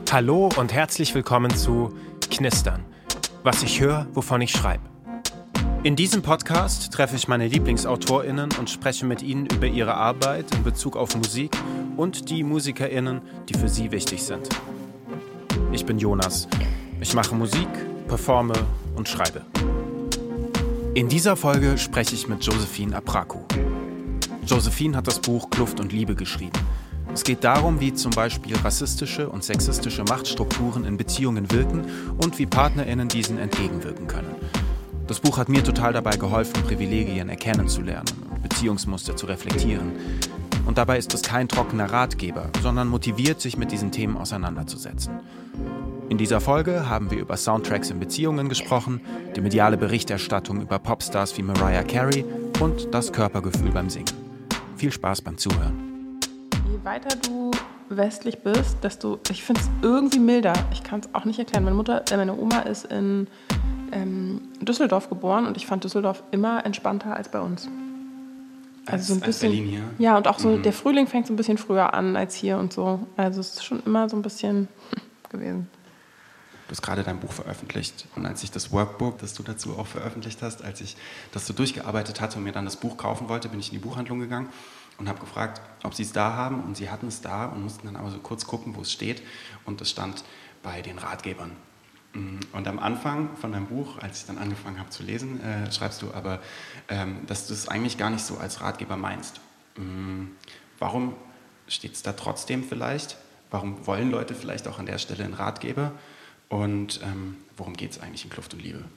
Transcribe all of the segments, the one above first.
Hallo und herzlich willkommen zu Knistern. Was ich höre, wovon ich schreibe. In diesem Podcast treffe ich meine LieblingsautorInnen und spreche mit ihnen über ihre Arbeit in Bezug auf Musik und die MusikerInnen, die für sie wichtig sind. Ich bin Jonas. Ich mache Musik, performe und schreibe. In dieser Folge spreche ich mit Josephine Apraku. Josephine hat das Buch Kluft und Liebe geschrieben. Es geht darum, wie zum Beispiel rassistische und sexistische Machtstrukturen in Beziehungen wirken und wie PartnerInnen diesen entgegenwirken können. Das Buch hat mir total dabei geholfen, Privilegien erkennen zu lernen und Beziehungsmuster zu reflektieren. Und dabei ist es kein trockener Ratgeber, sondern motiviert, sich mit diesen Themen auseinanderzusetzen. In dieser Folge haben wir über Soundtracks in Beziehungen gesprochen, die mediale Berichterstattung über Popstars wie Mariah Carey und das Körpergefühl beim Singen. Viel Spaß beim Zuhören. Je weiter du westlich bist, ich finde es irgendwie milder. Ich kann es auch nicht erklären. Meine Oma ist in Düsseldorf geboren und ich fand Düsseldorf immer entspannter als bei uns. Also so ein bisschen, Berlin hier? Ja, und auch so der Frühling fängt so ein bisschen früher an als hier und so. Also es ist schon immer so ein bisschen gewesen. Du hast gerade dein Buch veröffentlicht und als ich das Workbook, das du dazu auch veröffentlicht hast, als ich das so durchgearbeitet hatte und mir dann das Buch kaufen wollte, bin ich in die Buchhandlung gegangen und habe gefragt, ob sie es da haben, und sie hatten es da und mussten dann aber so kurz gucken, wo es steht, und es stand bei den Ratgebern. Und am Anfang von deinem Buch, als ich dann angefangen habe zu lesen, schreibst du aber, dass du es eigentlich gar nicht so als Ratgeber meinst. Warum steht es da trotzdem vielleicht? Warum wollen Leute vielleicht auch an der Stelle einen Ratgeber? Und worum geht es eigentlich in Kluft und Liebe?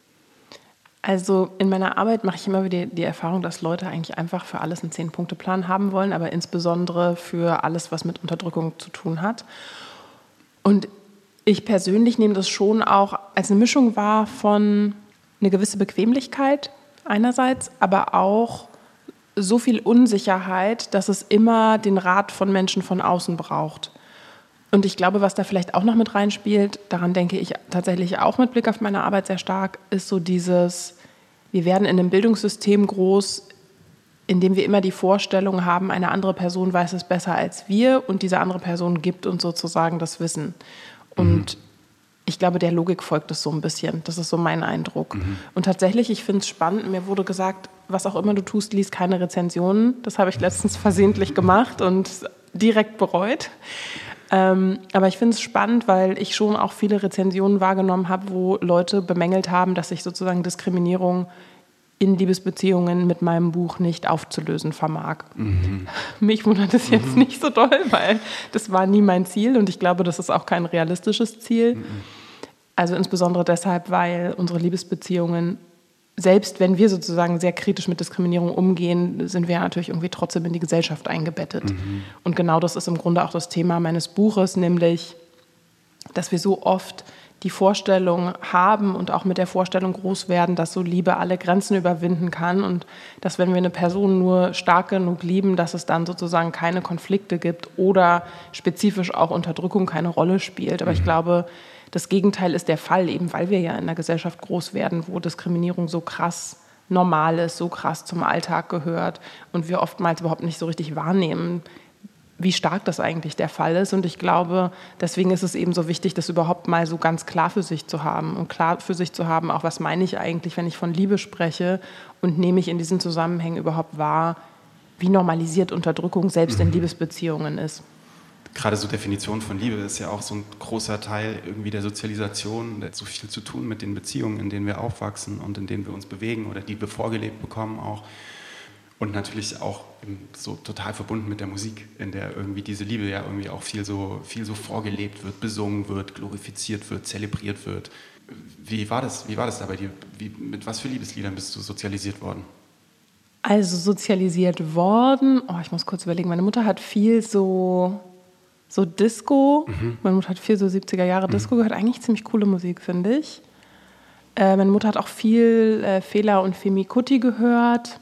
Also in meiner Arbeit mache ich immer wieder die Erfahrung, dass Leute eigentlich einfach für alles einen 10-Punkte-Plan haben wollen, aber insbesondere für alles, was mit Unterdrückung zu tun hat. Und ich persönlich nehme das schon auch als eine Mischung wahr von einer gewissen Bequemlichkeit einerseits, aber auch so viel Unsicherheit, dass es immer den Rat von Menschen von außen braucht. Und ich glaube, was da vielleicht auch noch mit reinspielt, daran denke ich tatsächlich auch mit Blick auf meine Arbeit sehr stark, ist so dieses, wir werden in einem Bildungssystem groß, in dem wir immer die Vorstellung haben, eine andere Person weiß es besser als wir und diese andere Person gibt uns sozusagen das Wissen. Und ich glaube, der Logik folgt es so ein bisschen. Das ist so mein Eindruck. Und tatsächlich, ich finde es spannend, mir wurde gesagt, was auch immer du tust, lies keine Rezensionen. Das habe ich letztens versehentlich gemacht und direkt bereut. Aber ich finde es spannend, weil ich schon auch viele Rezensionen wahrgenommen habe, wo Leute bemängelt haben, dass ich sozusagen Diskriminierung in Liebesbeziehungen mit meinem Buch nicht aufzulösen vermag. Mich wundert es jetzt nicht so doll, weil das war nie mein Ziel und ich glaube, das ist auch kein realistisches Ziel. Also insbesondere deshalb, weil unsere Liebesbeziehungen, selbst wenn wir sozusagen sehr kritisch mit Diskriminierung umgehen, sind wir natürlich irgendwie trotzdem in die Gesellschaft eingebettet. Und genau das ist im Grunde auch das Thema meines Buches, nämlich, dass wir so oft die Vorstellung haben und auch mit der Vorstellung groß werden, dass so Liebe alle Grenzen überwinden kann und dass, wenn wir eine Person nur stark genug lieben, dass es dann sozusagen keine Konflikte gibt oder spezifisch auch Unterdrückung keine Rolle spielt. Aber ich glaube, das Gegenteil ist der Fall, eben weil wir ja in einer Gesellschaft groß werden, wo Diskriminierung so krass normal ist, so krass zum Alltag gehört und wir oftmals überhaupt nicht so richtig wahrnehmen, wie stark das eigentlich der Fall ist. Und ich glaube, deswegen ist es eben so wichtig, das überhaupt mal so ganz klar für sich zu haben und klar für sich zu haben, auch was meine ich eigentlich, wenn ich von Liebe spreche und nehme ich in diesen Zusammenhängen überhaupt wahr, wie normalisiert Unterdrückung selbst in Liebesbeziehungen ist. Gerade so Definition von Liebe ist ja auch so ein großer Teil irgendwie der Sozialisation, der hat so viel zu tun mit den Beziehungen, in denen wir aufwachsen und in denen wir uns bewegen oder die wir vorgelebt bekommen auch. Und natürlich auch so total verbunden mit der Musik, in der irgendwie diese Liebe ja irgendwie auch viel so vorgelebt wird, besungen wird, glorifiziert wird, zelebriert wird. Wie war das da bei dir? Mit was für Liebesliedern bist du sozialisiert worden? Also sozialisiert worden, ich muss kurz überlegen, meine Mutter hat viel so Disco, meine Mutter hat viel so 70er Jahre Disco gehört, eigentlich ziemlich coole Musik, finde ich. Meine Mutter hat auch viel Fela und Femi Kuti gehört.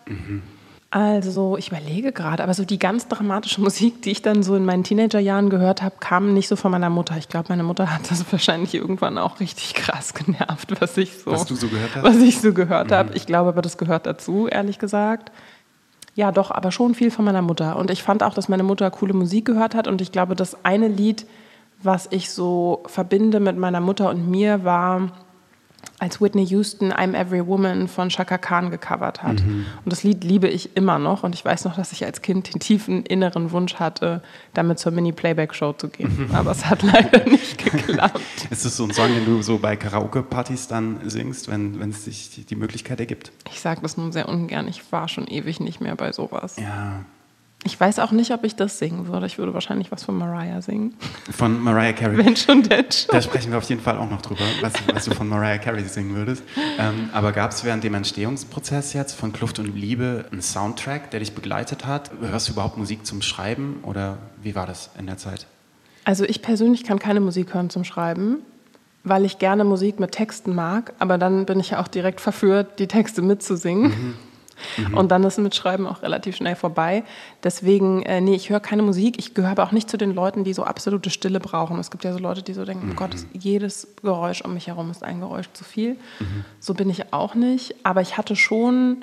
Also ich überlege gerade, aber so die ganz dramatische Musik, die ich dann so in meinen Teenagerjahren gehört habe, kam nicht so von meiner Mutter. Ich glaube, meine Mutter hat das wahrscheinlich irgendwann auch richtig krass genervt, was du so gehört hast? Was ich so gehört habe. Ich glaube aber, das gehört dazu, ehrlich gesagt. Ja, doch, aber schon viel von meiner Mutter. Und ich fand auch, dass meine Mutter coole Musik gehört hat. Und ich glaube, das eine Lied, was ich so verbinde mit meiner Mutter und mir, war, als Whitney Houston I'm Every Woman von Chaka Khan gecovert hat. Und das Lied liebe ich immer noch. Und ich weiß noch, dass ich als Kind den tiefen inneren Wunsch hatte, damit zur Mini-Playback-Show zu gehen. Aber es hat leider nicht geklappt. Ist das so ein Song, den du so bei Karaoke-Partys dann singst, wenn es sich die Möglichkeit ergibt? Ich sage das nun sehr ungern. Ich war schon ewig nicht mehr bei sowas. Ja. Ich weiß auch nicht, ob ich das singen würde. Ich würde wahrscheinlich was von Mariah singen. Von Mariah Carey. Wenn schon, denn schon. Da sprechen wir auf jeden Fall auch noch drüber, was du von Mariah Carey singen würdest. Aber gab es während dem Entstehungsprozess jetzt von Kluft und Liebe einen Soundtrack, der dich begleitet hat? Hörst du überhaupt Musik zum Schreiben oder wie war das in der Zeit? Also ich persönlich kann keine Musik hören zum Schreiben, weil ich gerne Musik mit Texten mag. Aber dann bin ich ja auch direkt verführt, die Texte mitzusingen. Und dann ist mit Schreiben auch relativ schnell vorbei. Deswegen, ich höre keine Musik. Ich gehöre aber auch nicht zu den Leuten, die so absolute Stille brauchen. Es gibt ja so Leute, die so denken, oh Gott, jedes Geräusch um mich herum ist ein Geräusch zu viel. So bin ich auch nicht. Aber ich hatte schon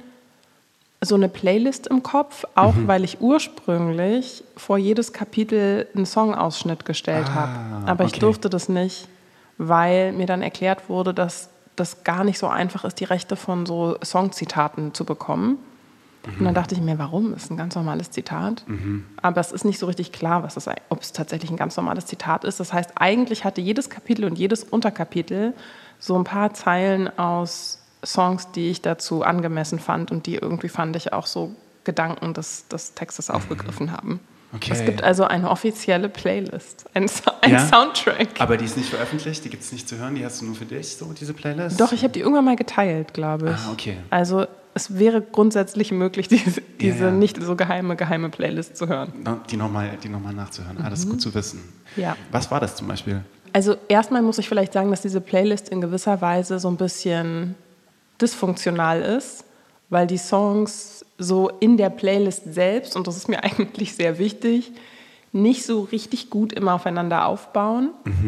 so eine Playlist im Kopf, auch weil ich ursprünglich vor jedes Kapitel einen Songausschnitt gestellt habe. Aber ich durfte das nicht, weil mir dann erklärt wurde, dass das gar nicht so einfach ist, die Rechte von so Songzitaten zu bekommen. Und dann dachte ich mir, warum? Das ist ein ganz normales Zitat. Aber es ist nicht so richtig klar, ob es tatsächlich ein ganz normales Zitat ist. Das heißt, eigentlich hatte jedes Kapitel und jedes Unterkapitel so ein paar Zeilen aus Songs, die ich dazu angemessen fand und die irgendwie, fand ich, auch so Gedanken des Textes aufgegriffen haben. Okay. Es gibt also eine offizielle Playlist, ein Soundtrack. Aber die ist nicht veröffentlicht, die gibt es nicht zu hören, die hast du nur für dich, so diese Playlist? Doch, ich habe die irgendwann mal geteilt, glaube ich. Okay. Also es wäre grundsätzlich möglich, diese nicht so geheime Playlist zu hören. Die nochmal nachzuhören, das ist gut zu wissen. Ja. Was war das zum Beispiel? Also erstmal muss ich vielleicht sagen, dass diese Playlist in gewisser Weise so ein bisschen dysfunktional ist, weil die Songs so in der Playlist selbst, und das ist mir eigentlich sehr wichtig, nicht so richtig gut immer aufeinander aufbauen.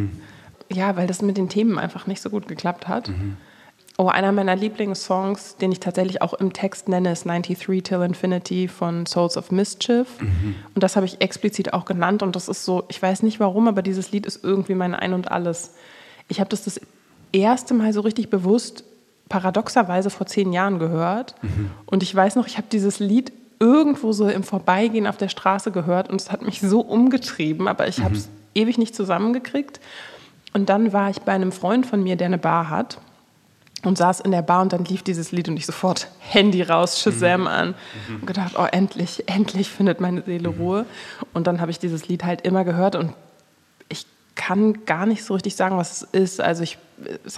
Ja, weil das mit den Themen einfach nicht so gut geklappt hat. Oh, einer meiner Lieblingssongs, den ich tatsächlich auch im Text nenne, ist 93 Till Infinity von Souls of Mischief. Und das habe ich explizit auch genannt. Und das ist so, ich weiß nicht warum, aber dieses Lied ist irgendwie mein Ein und Alles. Ich habe das erste Mal so richtig bewusst paradoxerweise vor 10 Jahren gehört. Und ich weiß noch, ich habe dieses Lied irgendwo so im Vorbeigehen auf der Straße gehört und es hat mich so umgetrieben, aber ich habe es ewig nicht zusammengekriegt. Und dann war ich bei einem Freund von mir, der eine Bar hat und saß in der Bar und dann lief dieses Lied und ich sofort Handy raus, Shazam an und gedacht, oh, endlich findet meine Seele Ruhe. Und dann habe ich dieses Lied halt immer gehört und ich kann gar nicht so richtig sagen, was es ist. Also es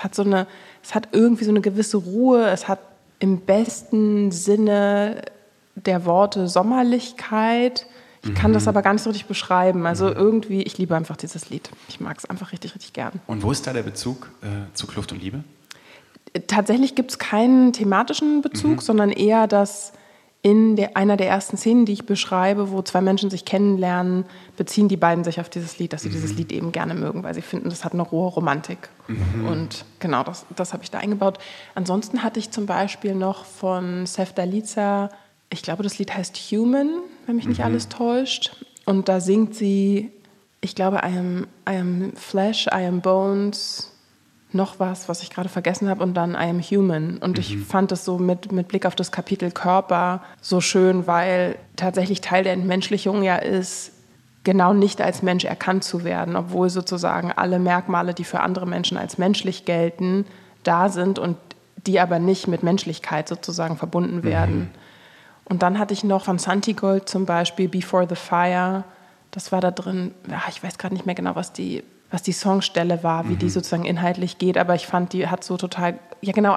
hat irgendwie so eine gewisse Ruhe. Es hat im besten Sinne der Worte Sommerlichkeit. Ich kann das aber gar nicht so richtig beschreiben. Also irgendwie, ich liebe einfach dieses Lied. Ich mag es einfach richtig, richtig gern. Und wo ist da der Bezug zu Kluft und Liebe? Tatsächlich gibt es keinen thematischen Bezug, sondern eher, dass in einer der ersten Szenen, die ich beschreibe, wo 2 Menschen sich kennenlernen, beziehen die beiden sich auf dieses Lied, dass sie dieses Lied eben gerne mögen, weil sie finden, das hat eine rohe Romantik. Und genau, das habe ich da eingebaut. Ansonsten hatte ich zum Beispiel noch von Sefdaliza, ich glaube, das Lied heißt Human, wenn mich nicht alles täuscht. Und da singt sie, ich glaube, I am Flesh, I am Bones, noch was ich gerade vergessen habe, und dann I am Human. Und ich fand das so mit Blick auf das Kapitel Körper so schön, weil tatsächlich Teil der Entmenschlichung ja ist, genau nicht als Mensch erkannt zu werden, obwohl sozusagen alle Merkmale, die für andere Menschen als menschlich gelten, da sind und die aber nicht mit Menschlichkeit sozusagen verbunden werden. Und dann hatte ich noch von Santigold zum Beispiel Before the Fire, das war da drin, ich weiß gerade nicht mehr genau, was die Songstelle war, wie die sozusagen inhaltlich geht, aber ich fand, die hat so total, ja genau,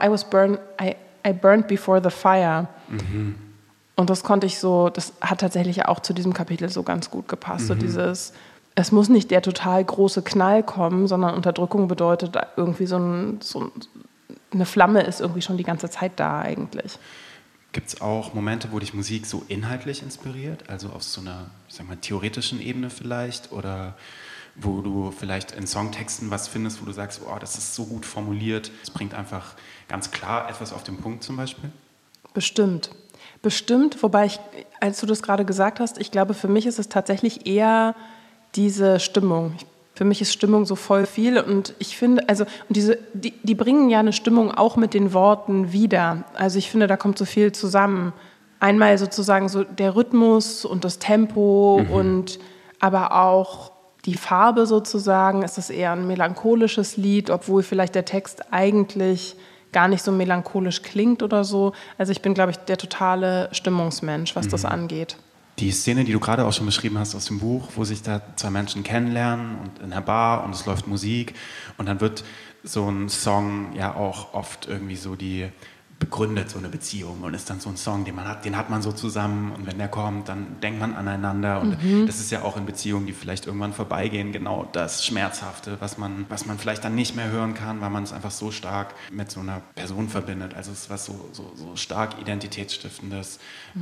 I burned before the fire. Und das konnte ich so, das hat tatsächlich auch zu diesem Kapitel so ganz gut gepasst, so dieses, es muss nicht der total große Knall kommen, sondern Unterdrückung bedeutet irgendwie so eine Flamme ist irgendwie schon die ganze Zeit da eigentlich. Gibt es auch Momente, wo dich Musik so inhaltlich inspiriert, also auf so einer, ich sag mal, theoretischen Ebene vielleicht, oder wo du vielleicht in Songtexten was findest, wo du sagst, oh, das ist so gut formuliert, es bringt einfach ganz klar etwas auf den Punkt zum Beispiel? Bestimmt, wobei als du das gerade gesagt hast, ich glaube, für mich ist es tatsächlich eher diese Stimmung. Ich Für mich ist Stimmung so voll viel und ich finde, also und die bringen ja eine Stimmung auch mit den Worten wieder. Also ich finde, da kommt so viel zusammen. Einmal sozusagen so der Rhythmus und das Tempo und aber auch die Farbe sozusagen. Ist das eher ein melancholisches Lied, obwohl vielleicht der Text eigentlich gar nicht so melancholisch klingt oder so. Also ich bin, glaube ich, der totale Stimmungsmensch, was das angeht. Die Szene, die du gerade auch schon beschrieben hast aus dem Buch, wo sich da zwei Menschen kennenlernen und in einer Bar und es läuft Musik und dann wird so ein Song ja auch oft irgendwie so begründet, so eine Beziehung und ist dann so ein Song, den hat man so zusammen und wenn der kommt, dann denkt man aneinander und das ist ja auch in Beziehungen, die vielleicht irgendwann vorbeigehen, genau das Schmerzhafte, was man vielleicht dann nicht mehr hören kann, weil man es einfach so stark mit so einer Person verbindet, also es ist was so stark Identitätsstiftendes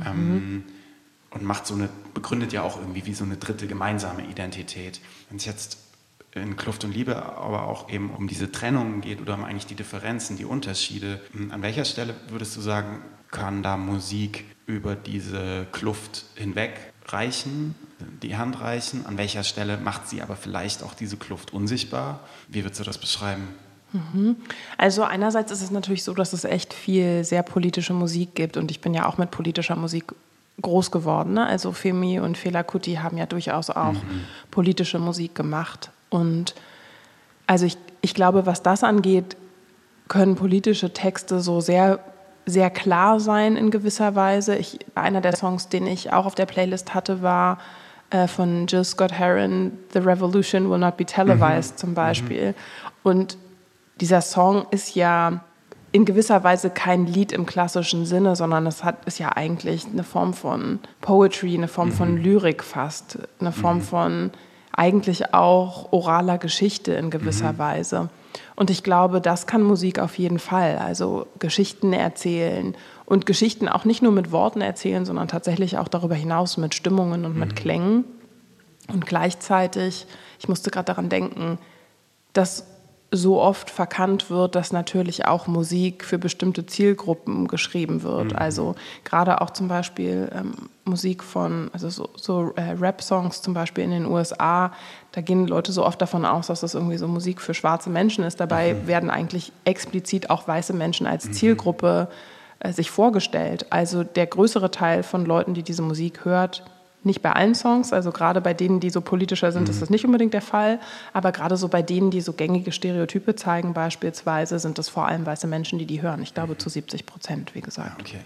und begründet ja auch irgendwie wie so eine dritte gemeinsame Identität. Wenn es jetzt in Kluft und Liebe aber auch eben um diese Trennungen geht oder um eigentlich die Differenzen, die Unterschiede. An welcher Stelle würdest du sagen, kann da Musik über diese Kluft hinweg die Hand reichen? An welcher Stelle macht sie aber vielleicht auch diese Kluft unsichtbar? Wie würdest du das beschreiben? Also einerseits ist es natürlich so, dass es echt viel sehr politische Musik gibt und ich bin ja auch mit politischer Musik groß geworden. Ne? Also Femi und Fela Kuti haben ja durchaus auch politische Musik gemacht. Und also ich glaube, was das angeht, können politische Texte so sehr, sehr klar sein in gewisser Weise. Einer der Songs, den ich auch auf der Playlist hatte, war von Jill Scott Heron, The Revolution Will Not Be Televised zum Beispiel. Und dieser Song ist ja in gewisser Weise kein Lied im klassischen Sinne, sondern ist ja eigentlich eine Form von Poetry, eine Form von Lyrik fast, eine Form von eigentlich auch oraler Geschichte in gewisser Weise. Und ich glaube, das kann Musik auf jeden Fall. Also Geschichten erzählen und Geschichten auch nicht nur mit Worten erzählen, sondern tatsächlich auch darüber hinaus mit Stimmungen und mit Klängen. Und gleichzeitig, ich musste gerade daran denken, dass so oft verkannt wird, dass natürlich auch Musik für bestimmte Zielgruppen geschrieben wird. Also gerade auch zum Beispiel Musik von, also so Rap-Songs zum Beispiel in den USA, da gehen Leute so oft davon aus, dass das irgendwie so Musik für schwarze Menschen ist. Dabei werden eigentlich explizit auch weiße Menschen als Zielgruppe sich vorgestellt. Also der größere Teil von Leuten, die diese Musik hört, nicht bei allen Songs, also gerade bei denen, die so politischer sind, ist das nicht unbedingt der Fall, aber gerade so bei denen, die so gängige Stereotype zeigen beispielsweise, sind das vor allem weiße Menschen, die hören. Ich glaube zu 70%, wie gesagt. Okay.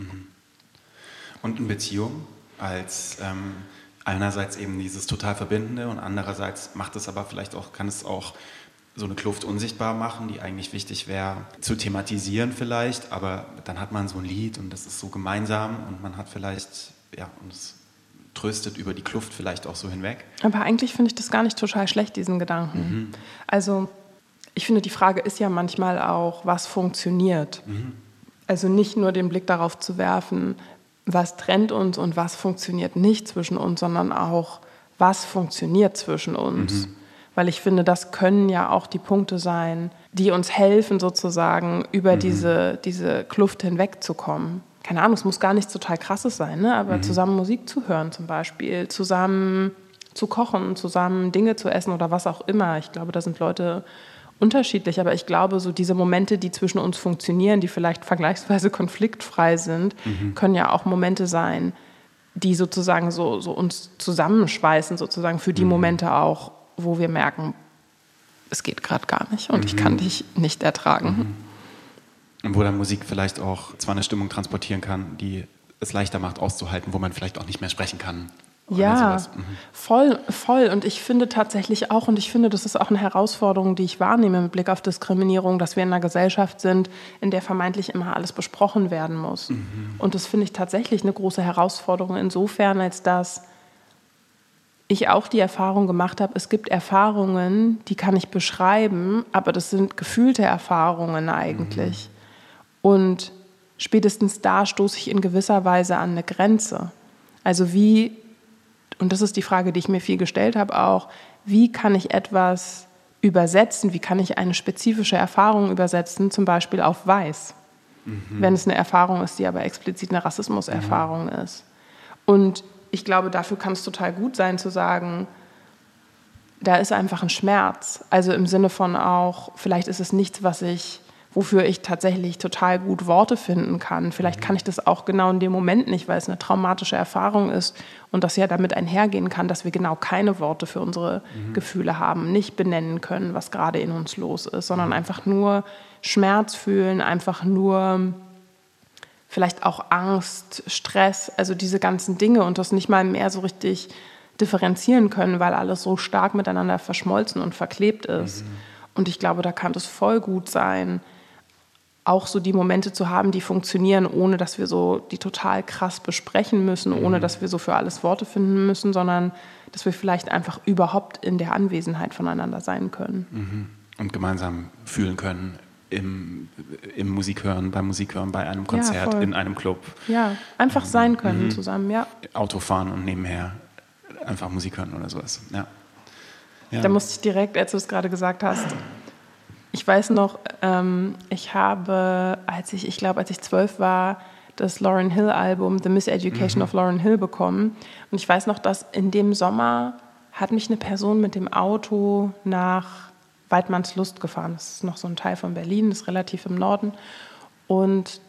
Und in Beziehung als einerseits eben dieses total Verbindende und andererseits kann es auch so eine Kluft unsichtbar machen, die eigentlich wichtig wäre zu thematisieren vielleicht, aber dann hat man so ein Lied und das ist so gemeinsam und man hat vielleicht, und es tröstet über die Kluft vielleicht auch so hinweg. Aber eigentlich finde ich das gar nicht total schlecht, diesen Gedanken. Also ich finde, die Frage ist ja manchmal auch, was funktioniert. Also nicht nur den Blick darauf zu werfen, was trennt uns und was funktioniert nicht zwischen uns, sondern auch, was funktioniert zwischen uns. Weil ich finde, das können ja auch die Punkte sein, die uns helfen, sozusagen über diese Kluft hinwegzukommen. Keine Ahnung, es muss gar nichts total Krasses sein, ne? Aber zusammen Musik zu hören zum Beispiel, zusammen zu kochen, zusammen Dinge zu essen oder was auch immer. Ich glaube, da sind Leute unterschiedlich, aber ich glaube, so diese Momente, die zwischen uns funktionieren, die vielleicht vergleichsweise konfliktfrei sind, können ja auch Momente sein, die sozusagen so uns zusammenschweißen, sozusagen für die Momente auch, wo wir merken, es geht gerade gar nicht und ich kann dich nicht ertragen. Und wo dann Musik vielleicht auch zwar eine Stimmung transportieren kann, die es leichter macht auszuhalten, wo man vielleicht auch nicht mehr sprechen kann. Ja, voll. Und ich finde tatsächlich auch, und ich finde, das ist auch eine Herausforderung, die ich wahrnehme mit Blick auf Diskriminierung, dass wir in einer Gesellschaft sind, in der vermeintlich immer alles besprochen werden muss. Und das finde ich tatsächlich eine große Herausforderung insofern, als dass ich auch die Erfahrung gemacht habe, es gibt Erfahrungen, die kann ich beschreiben, aber das sind gefühlte Erfahrungen eigentlich. Und spätestens da stoße ich in gewisser Weise an eine Grenze. Also und das ist die Frage, die ich mir viel gestellt habe auch, wie kann ich etwas übersetzen, wie kann ich eine spezifische Erfahrung übersetzen, zum Beispiel auf weiß, wenn es eine Erfahrung ist, die aber explizit eine Rassismuserfahrung ist. Und ich glaube, dafür kann es total gut sein zu sagen, da ist einfach ein Schmerz. Also im Sinne von auch, vielleicht ist es nichts, wofür ich tatsächlich total gut Worte finden kann. Vielleicht kann ich das auch genau in dem Moment nicht, weil es eine traumatische Erfahrung ist und das ja damit einhergehen kann, dass wir genau keine Worte für unsere Gefühle haben, nicht benennen können, was gerade in uns los ist, sondern einfach nur Schmerz fühlen, einfach nur vielleicht auch Angst, Stress, also diese ganzen Dinge und das nicht mal mehr so richtig differenzieren können, weil alles so stark miteinander verschmolzen und verklebt ist. Und ich glaube, da kann es voll gut sein, auch so die Momente zu haben, die funktionieren, ohne dass wir so die total krass besprechen müssen, ohne dass wir so für alles Worte finden müssen, sondern dass wir vielleicht einfach überhaupt in der Anwesenheit voneinander sein können. Und gemeinsam fühlen können im Musikhören, beim Musikhören, bei einem Konzert, in einem Club. Ja, einfach sein können zusammen, ja. Auto fahren und nebenher einfach Musik hören oder sowas, ja. Da musste ich direkt, als du es gerade gesagt hast, ich weiß noch, ich habe, als ich 12 war, das Lauryn Hill-Album The Miseducation of Lauryn Hill bekommen. Und ich weiß noch, dass in dem Sommer hat mich eine Person mit dem Auto nach Waidmannslust gefahren. Das ist noch so ein Teil von Berlin, das ist relativ im Norden. Und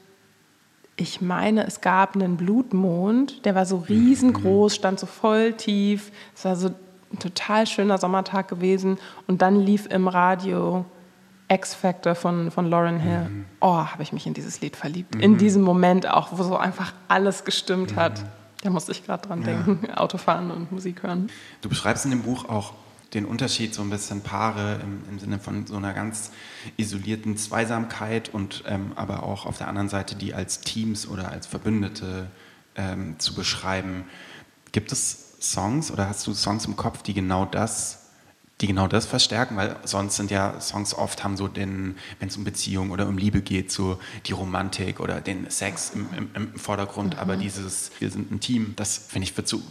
ich meine, es gab einen Blutmond, der war so riesengroß, stand so voll tief. Es war so ein total schöner Sommertag gewesen. Und dann lief im Radio X-Factor von Lauryn Hill. Oh, habe ich mich in dieses Lied verliebt. In diesem Moment auch, wo so einfach alles gestimmt hat. Da musste ich gerade dran denken, Autofahren und Musik hören. Du beschreibst in dem Buch auch den Unterschied, so ein bisschen Paare im Sinne von so einer ganz isolierten Zweisamkeit und aber auch auf der anderen Seite die als Teams oder als Verbündete zu beschreiben. Gibt es Songs oder hast du Songs im Kopf, die genau das verstärken? Weil sonst sind ja Songs oft haben so wenn es um Beziehung oder um Liebe geht, so die Romantik oder den Sex im Vordergrund, aber wir sind ein Team, das finde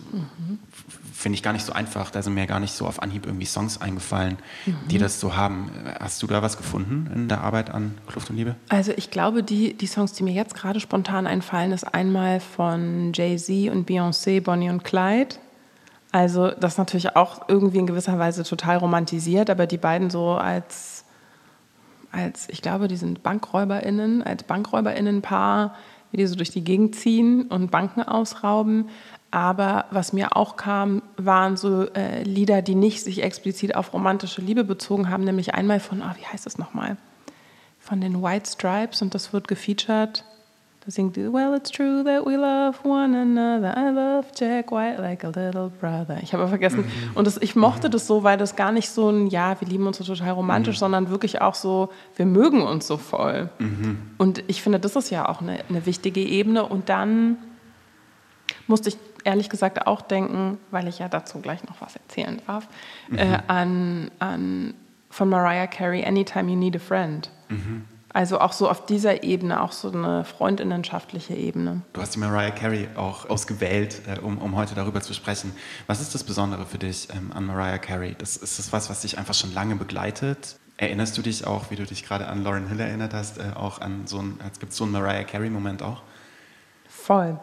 ich gar nicht so einfach. Da sind mir gar nicht so auf Anhieb irgendwie Songs eingefallen, die das so haben. Hast du da was gefunden in der Arbeit an Kluft und Liebe? Also ich glaube, die Songs, die mir jetzt gerade spontan einfallen, ist einmal von Jay-Z und Beyoncé, Bonnie und Clyde. Also das ist natürlich auch irgendwie in gewisser Weise total romantisiert, aber die beiden so als ich glaube, die sind als BankräuberInnen-Paar, wie die so durch die Gegend ziehen und Banken ausrauben. Aber was mir auch kam, waren so Lieder, die nicht sich explizit auf romantische Liebe bezogen haben, nämlich einmal von, wie heißt das nochmal? Von den White Stripes und das wird gefeatured. Da singt die, well, it's true that we love one another. I love Jack White like a little brother. Ich habe vergessen. Und ich mochte das so, weil das gar nicht so ein, ja, wir lieben uns so total romantisch, sondern wirklich auch so, wir mögen uns so voll. Und ich finde, das ist ja auch eine wichtige Ebene. Und dann musste ich ehrlich gesagt auch denken, weil ich ja dazu gleich noch was erzählen darf, von Mariah Carey, Anytime You Need a Friend. Also auch so auf dieser Ebene, auch so eine freundinnenschaftliche Ebene. Du hast die Mariah Carey auch ausgewählt, um heute darüber zu sprechen. Was ist das Besondere für dich an Mariah Carey? Ist das was dich einfach schon lange begleitet? Erinnerst du dich auch, wie du dich gerade an Lauryn Hill erinnert hast, auch an gibt es so einen Mariah Carey-Moment auch? Voll.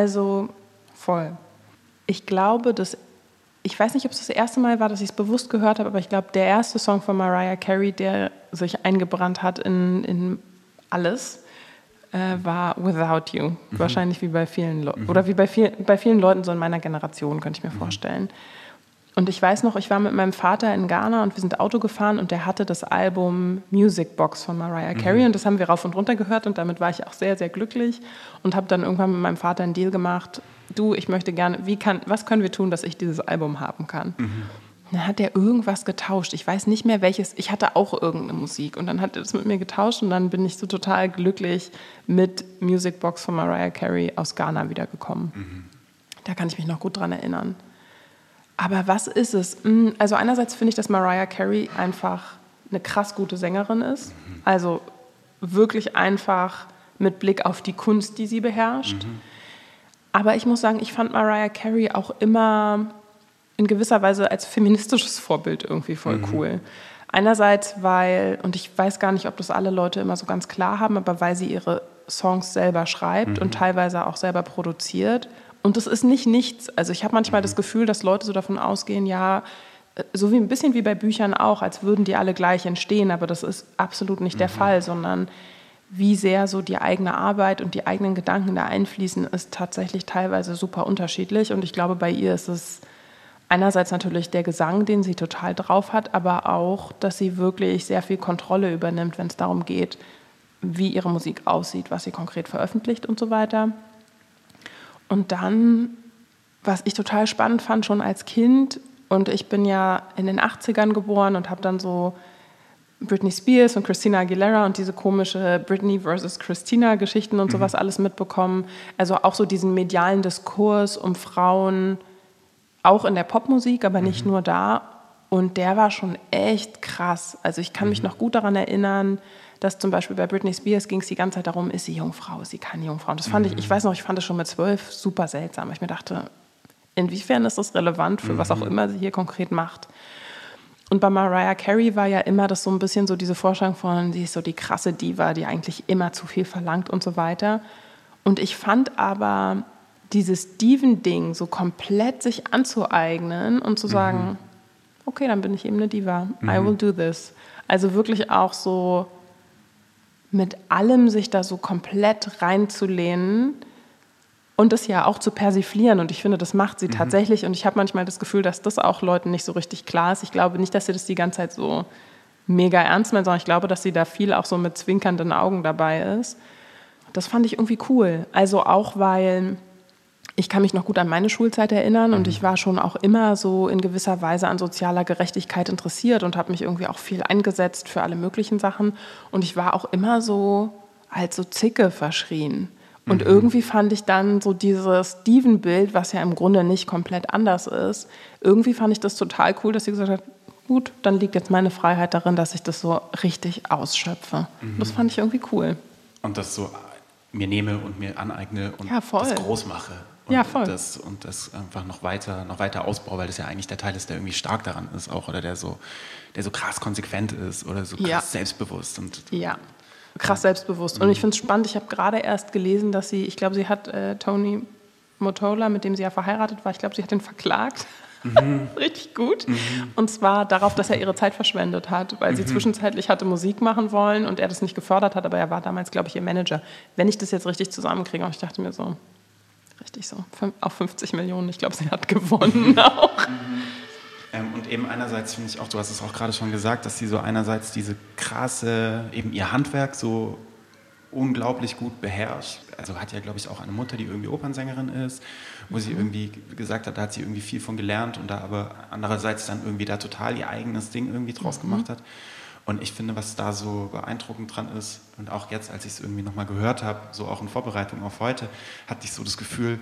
Ich glaube, ich weiß nicht, ob es das erste Mal war, dass ich es bewusst gehört habe, aber ich glaube, der erste Song von Mariah Carey, der sich eingebrannt hat in alles, war Without You. Wahrscheinlich wie bei vielen Leuten, oder wie bei vielen Leuten so in meiner Generation, könnte ich mir vorstellen. Und ich weiß noch, ich war mit meinem Vater in Ghana und wir sind Auto gefahren und der hatte das Album Music Box von Mariah Carey und das haben wir rauf und runter gehört und damit war ich auch sehr, sehr glücklich und habe dann irgendwann mit meinem Vater einen Deal gemacht, du, ich möchte gerne, was können wir tun, dass ich dieses Album haben kann? Dann hat er irgendwas getauscht, ich weiß nicht mehr welches, ich hatte auch irgendeine Musik und dann hat er das mit mir getauscht und dann bin ich so total glücklich mit Music Box von Mariah Carey aus Ghana wiedergekommen. Da kann ich mich noch gut dran erinnern. Aber was ist es? Also einerseits finde ich, dass Mariah Carey einfach eine krass gute Sängerin ist. Also wirklich einfach mit Blick auf die Kunst, die sie beherrscht. Aber ich muss sagen, ich fand Mariah Carey auch immer in gewisser Weise als feministisches Vorbild irgendwie voll cool. Einerseits, und ich weiß gar nicht, ob das alle Leute immer so ganz klar haben, aber weil sie ihre Songs selber schreibt und teilweise auch selber produziert. Und das ist nicht nichts. Also ich habe manchmal das Gefühl, dass Leute so davon ausgehen, ja, so wie ein bisschen wie bei Büchern auch, als würden die alle gleich entstehen, aber das ist absolut nicht der Fall, sondern wie sehr so die eigene Arbeit und die eigenen Gedanken da einfließen, ist tatsächlich teilweise super unterschiedlich. Und ich glaube, bei ihr ist es einerseits natürlich der Gesang, den sie total drauf hat, aber auch, dass sie wirklich sehr viel Kontrolle übernimmt, wenn es darum geht, wie ihre Musik aussieht, was sie konkret veröffentlicht und so weiter. Und dann, was ich total spannend fand, schon als Kind, und ich bin ja in den 80ern geboren und habe dann so Britney Spears und Christina Aguilera und diese komische Britney versus Christina-Geschichten und sowas alles mitbekommen. Also auch so diesen medialen Diskurs um Frauen, auch in der Popmusik, aber nicht nur da. Und der war schon echt krass. Also ich kann mich noch gut daran erinnern, dass zum Beispiel bei Britney Spears ging es die ganze Zeit darum, ist sie Jungfrau, ist sie keine Jungfrau. Und das fand ich weiß noch, ich fand das schon mit 12 super seltsam. Ich mir dachte, inwiefern ist das relevant für was auch immer sie hier konkret macht? Und bei Mariah Carey war ja immer das so ein bisschen so diese Vorstellung von, sie ist so die krasse Diva, die eigentlich immer zu viel verlangt und so weiter. Und ich fand aber dieses Diven-Ding so komplett sich anzueignen und zu sagen, okay, dann bin ich eben eine Diva, I will do this. Also wirklich auch so mit allem sich da so komplett reinzulehnen und das ja auch zu persiflieren. Und ich finde, das macht sie tatsächlich. Und ich habe manchmal das Gefühl, dass das auch Leuten nicht so richtig klar ist. Ich glaube nicht, dass sie das die ganze Zeit so mega ernst meint, sondern ich glaube, dass sie da viel auch so mit zwinkernden Augen dabei ist. Das fand ich irgendwie cool. Also auch, weil ich kann mich noch gut an meine Schulzeit erinnern und ich war schon auch immer so in gewisser Weise an sozialer Gerechtigkeit interessiert und habe mich irgendwie auch viel eingesetzt für alle möglichen Sachen. Und ich war auch immer so als so Zicke verschrien. Und irgendwie fand ich dann so dieses Steven-Bild, was ja im Grunde nicht komplett anders ist, irgendwie fand ich das total cool, dass sie gesagt hat, gut, dann liegt jetzt meine Freiheit darin, dass ich das so richtig ausschöpfe. Das fand ich irgendwie cool. Und das so mir nehme und mir aneigne und Ja, voll. das groß mache. Und Ja, voll. das einfach noch weiter ausbaue, weil das ja eigentlich der Teil ist, der irgendwie stark daran ist auch oder der so krass konsequent ist oder so krass selbstbewusst. Und ja, krass selbstbewusst. Und ich finde es spannend, ich habe gerade erst gelesen, dass sie, ich glaube, sie hat Tony Mottola, mit dem sie ja verheiratet war, ich glaube, sie hat ihn verklagt. Richtig gut. Und zwar darauf, dass er ihre Zeit verschwendet hat, weil sie zwischenzeitlich hatte Musik machen wollen und er das nicht gefördert hat, aber er war damals, glaube ich, ihr Manager. Wenn ich das jetzt richtig zusammenkriege, und ich dachte mir so, richtig so, auf 50 Millionen, ich glaube, sie hat gewonnen auch. Und eben einerseits finde ich auch, du hast es auch gerade schon gesagt, dass sie so einerseits diese krasse, eben ihr Handwerk so unglaublich gut beherrscht. Also hat ja, glaube ich, auch eine Mutter, die irgendwie Opernsängerin ist, wo sie irgendwie gesagt hat, da hat sie irgendwie viel von gelernt und da aber andererseits dann irgendwie da total ihr eigenes Ding irgendwie draus gemacht hat. Und ich finde, was da so beeindruckend dran ist und auch jetzt, als ich es irgendwie nochmal gehört habe, so auch in Vorbereitung auf heute, hatte ich so das Gefühl,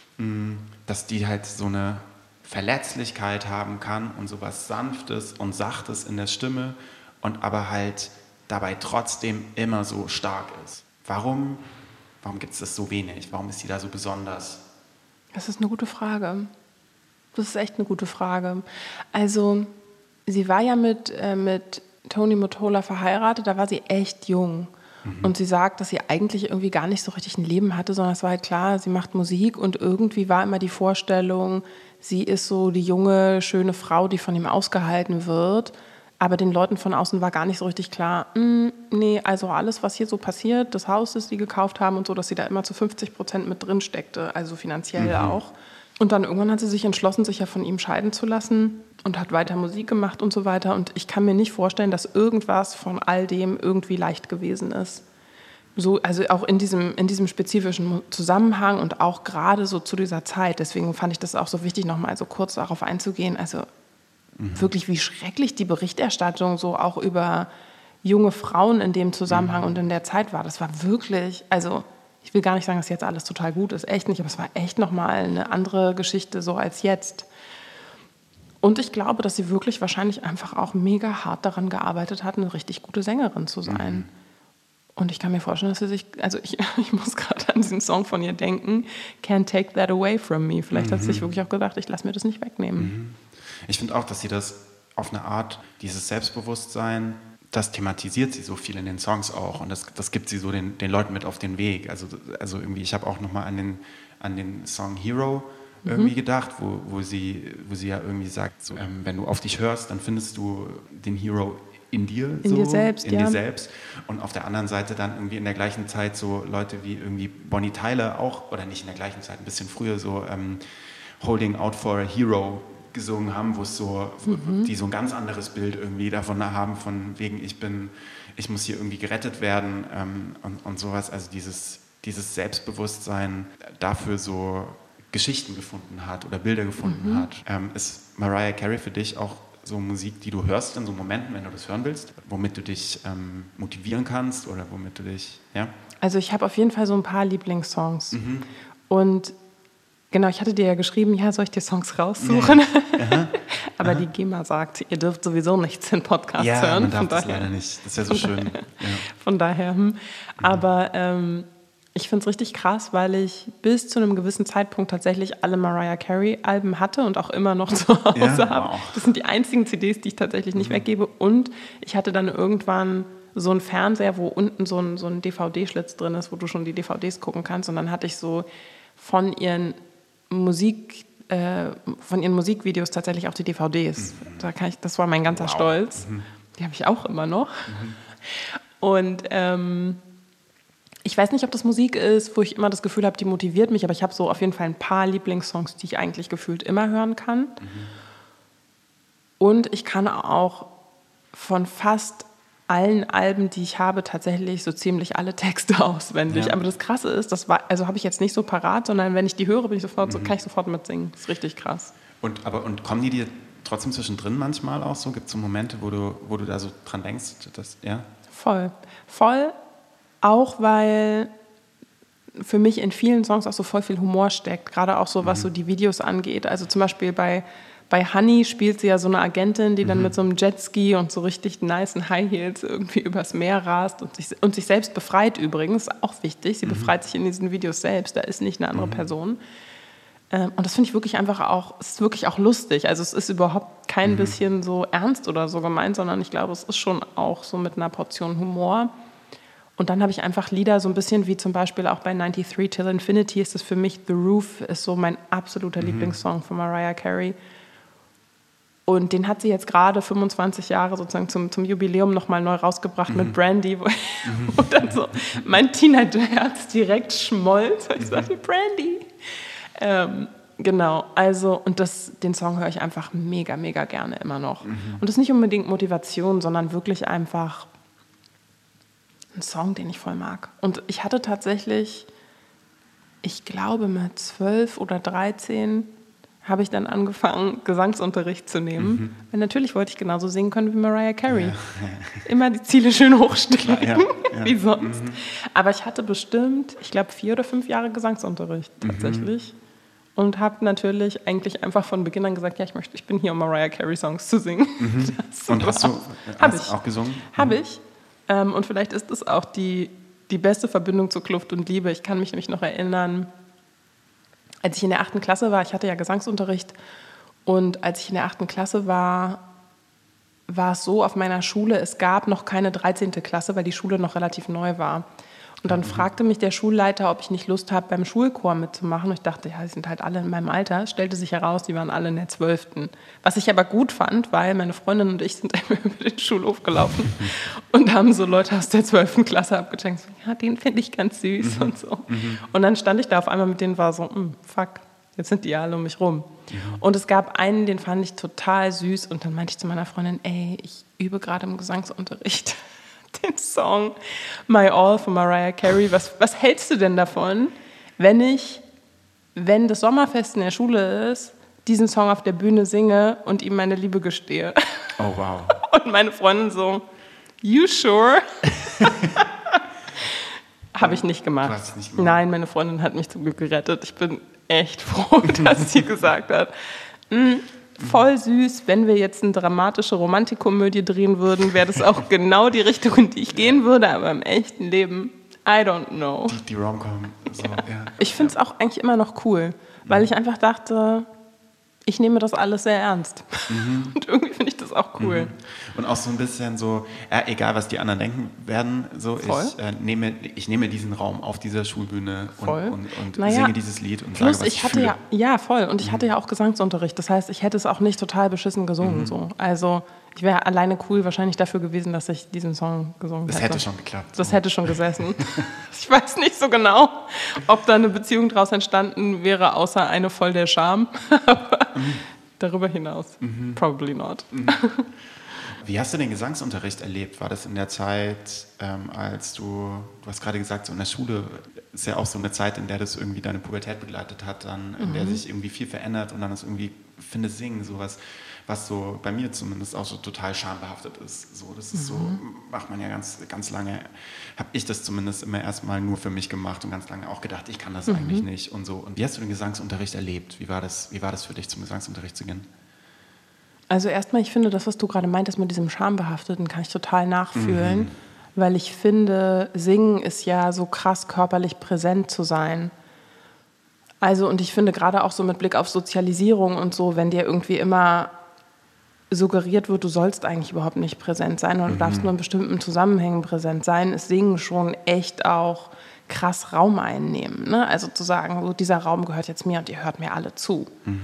dass die halt so eine Verletzlichkeit haben kann und so was Sanftes und Sachtes in der Stimme und aber halt dabei trotzdem immer so stark ist. Warum gibt es das so wenig? Warum ist sie da so besonders? Das ist eine gute Frage. Das ist echt eine gute Frage. Also, sie war ja mit Tony Mottola verheiratet, da war sie echt jung. Und sie sagt, dass sie eigentlich irgendwie gar nicht so richtig ein Leben hatte, sondern es war halt klar, sie macht Musik und irgendwie war immer die Vorstellung, sie ist so die junge, schöne Frau, die von ihm ausgehalten wird. Aber den Leuten von außen war gar nicht so richtig klar, nee, also alles, was hier so passiert, das Haus, das sie gekauft haben und so, dass sie da immer zu 50% mit drin steckte, also finanziell auch. Und dann irgendwann hat sie sich entschlossen, sich ja von ihm scheiden zu lassen und hat weiter Musik gemacht und so weiter. Und ich kann mir nicht vorstellen, dass irgendwas von all dem irgendwie leicht gewesen ist. So, also auch in diesem spezifischen Zusammenhang und auch gerade so zu dieser Zeit. Deswegen fand ich das auch so wichtig, nochmal so kurz darauf einzugehen. Also wirklich, wie schrecklich die Berichterstattung so auch über junge Frauen in dem Zusammenhang und in der Zeit war. Das war wirklich, also ich will gar nicht sagen, dass jetzt alles total gut ist, echt nicht, aber es war echt nochmal eine andere Geschichte so als jetzt. Und ich glaube, dass sie wirklich wahrscheinlich einfach auch mega hart daran gearbeitet hat, eine richtig gute Sängerin zu sein. Und ich kann mir vorstellen, dass sie sich, also ich muss gerade an diesen Song von ihr denken, Can't Take That Away From Me. Vielleicht hat sie sich wirklich auch gedacht, ich lasse mir das nicht wegnehmen. Ich finde auch, dass sie das auf eine Art, dieses Selbstbewusstsein, das thematisiert sie so viel in den Songs auch und das gibt sie so den Leuten mit auf den Weg. Also irgendwie, ich habe auch nochmal an den Song Hero irgendwie gedacht, wo sie ja irgendwie sagt, so, wenn du auf dich hörst, dann findest du den Hero in dir. In dir selbst, in dir selbst. Und auf der anderen Seite dann irgendwie in der gleichen Zeit so Leute wie irgendwie Bonnie Tyler auch, oder nicht in der gleichen Zeit, ein bisschen früher so Holding Out for a Hero gesungen haben, wo es so, die so ein ganz anderes Bild irgendwie davon haben, von wegen ich muss hier irgendwie gerettet werden und sowas. Also dieses Selbstbewusstsein dafür so Geschichten gefunden hat oder Bilder gefunden hat. Ist Mariah Carey für dich auch so Musik, die du hörst in so Momenten, wenn du das hören willst, womit du dich motivieren kannst oder womit du dich, ja? Also ich habe auf jeden Fall so ein paar Lieblingssongs. Und genau, ich hatte dir ja geschrieben, ja, soll ich dir Songs raussuchen? Ja. Aber die GEMA sagt, ihr dürft sowieso nichts in Podcasts hören. Ja, man darf das leider nicht. Das ist ja so schön. Von daher. Aber ich finde es richtig krass, weil ich bis zu einem gewissen Zeitpunkt tatsächlich alle Mariah Carey-Alben hatte und auch immer noch zu Hause habe. Wow. Das sind die einzigen CDs, die ich tatsächlich nicht weggebe. Und ich hatte dann irgendwann so einen Fernseher, wo unten so ein DVD-Schlitz drin ist, wo du schon die DVDs gucken kannst. Und dann hatte ich so von ihren Musikvideos tatsächlich auch die DVDs. Das war mein ganzer Stolz. Die habe ich auch immer noch. Und ich weiß nicht, ob das Musik ist, wo ich immer das Gefühl habe, die motiviert mich, aber ich habe so auf jeden Fall ein paar Lieblingssongs, die ich eigentlich gefühlt immer hören kann. Und ich kann auch von fast allen Alben, die ich habe, tatsächlich so ziemlich alle Texte auswendig. Ja. Aber das Krasse ist, habe ich jetzt nicht so parat, sondern wenn ich die höre, kann ich sofort mitsingen. Das ist richtig krass. Und kommen die dir trotzdem zwischendrin manchmal auch so? Gibt es so Momente, wo du da so dran denkst? Ja? Voll. Auch weil für mich in vielen Songs auch so voll viel Humor steckt. Gerade auch so, was so die Videos angeht. Also zum Beispiel bei Honey spielt sie ja so eine Agentin, die dann mit so einem Jetski und so richtig nicen High Heels irgendwie übers Meer rast und sich selbst befreit übrigens. Auch wichtig, sie befreit sich in diesen Videos selbst, da ist nicht eine andere Person. Und das finde ich wirklich es ist wirklich auch lustig. Also es ist überhaupt kein bisschen so ernst oder so gemeint, sondern ich glaube, es ist schon auch so mit einer Portion Humor. Und dann habe ich einfach Lieder so ein bisschen wie zum Beispiel auch bei 93 Till Infinity ist es für mich, The Roof ist so mein absoluter Lieblingssong von Mariah Carey. Und den hat sie jetzt gerade 25 Jahre sozusagen zum Jubiläum nochmal neu rausgebracht mit Brandy, wo dann so mein Teenagerherz direkt schmolz. Ich sagte, Brandy. Genau, also und den Song höre ich einfach mega, mega gerne immer noch. Und das ist nicht unbedingt Motivation, sondern wirklich einfach ein Song, den ich voll mag. Und ich hatte tatsächlich, ich glaube mit 12 oder 13 habe ich dann angefangen, Gesangsunterricht zu nehmen. Weil natürlich wollte ich genauso singen können wie Mariah Carey. Ja. Immer die Ziele schön hochstecken, wie sonst. Aber ich hatte bestimmt, ich glaube 4 oder 5 Jahre Gesangsunterricht tatsächlich. Und habe natürlich eigentlich einfach von Beginn an gesagt, ja, ich bin hier, um Mariah Carey Songs zu singen. Und hast du auch gesungen? Habe ich. Und vielleicht ist es auch die beste Verbindung zu Kluft und Liebe. Ich kann mich nämlich noch erinnern, als ich in der 8. Klasse war, ich hatte ja Gesangsunterricht, und als ich in der 8. Klasse war es so auf meiner Schule, es gab noch keine 13. Klasse, weil die Schule noch relativ neu war. Und dann fragte mich der Schulleiter, ob ich nicht Lust habe, beim Schulchor mitzumachen. Und ich dachte, ja, die sind halt alle in meinem Alter. Es stellte sich heraus, die waren alle in der 12. Was ich aber gut fand, weil meine Freundin und ich sind einmal über den Schulhof gelaufen und haben so Leute aus der 12. Klasse abgecheckt. Ja, den finde ich ganz süß und so. Und dann stand ich da auf einmal mit denen, war so, fuck, jetzt sind die alle um mich rum. Und es gab einen, den fand ich total süß. Und dann meinte ich zu meiner Freundin, ey, ich übe gerade im Gesangsunterricht den Song My All von Mariah Carey. Was hältst du denn davon, wenn das Sommerfest in der Schule ist, diesen Song auf der Bühne singe und ihm meine Liebe gestehe? Oh, wow. Und meine Freundin so, you sure? Habe ich nicht gemacht. Du hast es nicht gemacht? Nein, meine Freundin hat mich zum Glück gerettet. Ich bin echt froh, dass sie gesagt hat, voll süß, wenn wir jetzt eine dramatische Romantikkomödie drehen würden, wäre das auch genau die Richtung, in die ich gehen würde, aber im echten Leben, I don't know. Die Rom-Com. So, ja. Ich finde es auch eigentlich immer noch cool, weil ich einfach dachte, ich nehme das alles sehr ernst. Und irgendwie finde ich das auch cool. Und auch so ein bisschen so, egal was die anderen denken werden, so ich nehme diesen Raum auf dieser Schulbühne und singe dieses Lied und sage, was ich fühle. Ja, voll. Und ich hatte ja auch Gesangsunterricht. Das heißt, ich hätte es auch nicht total beschissen gesungen. So. Also ich wäre alleine cool wahrscheinlich dafür gewesen, dass ich diesen Song gesungen hätte. Das hätte schon geklappt. Das hätte schon gesessen. Ich weiß nicht so genau, ob da eine Beziehung daraus entstanden wäre, außer eine voll der Scham. Aber darüber hinaus, probably not. Wie hast du den Gesangsunterricht erlebt? War das in der Zeit, als du hast gerade gesagt, so in der Schule ist ja auch so eine Zeit, in der das irgendwie deine Pubertät begleitet hat, dann in der sich irgendwie viel verändert und dann ist irgendwie, finde Singen sowas, was so bei mir zumindest auch so total schambehaftet ist. So, das ist so, macht man ja ganz, ganz lange, habe ich das zumindest immer erstmal nur für mich gemacht und ganz lange auch gedacht, ich kann das eigentlich nicht und so. Und wie hast du den Gesangsunterricht erlebt? Wie war das für dich, zum Gesangsunterricht zu gehen? Also erstmal, ich finde, das, was du gerade meintest mit diesem Schambehafteten, kann ich total nachfühlen, weil ich finde, Singen ist ja so krass körperlich präsent zu sein. Also und ich finde gerade auch so mit Blick auf Sozialisierung und so, wenn dir irgendwie immer suggeriert wird, du sollst eigentlich überhaupt nicht präsent sein oder du darfst nur in bestimmten Zusammenhängen präsent sein, ist Singen schon echt auch krass Raum einnehmen. Ne? Also zu sagen, so, dieser Raum gehört jetzt mir und ihr hört mir alle zu.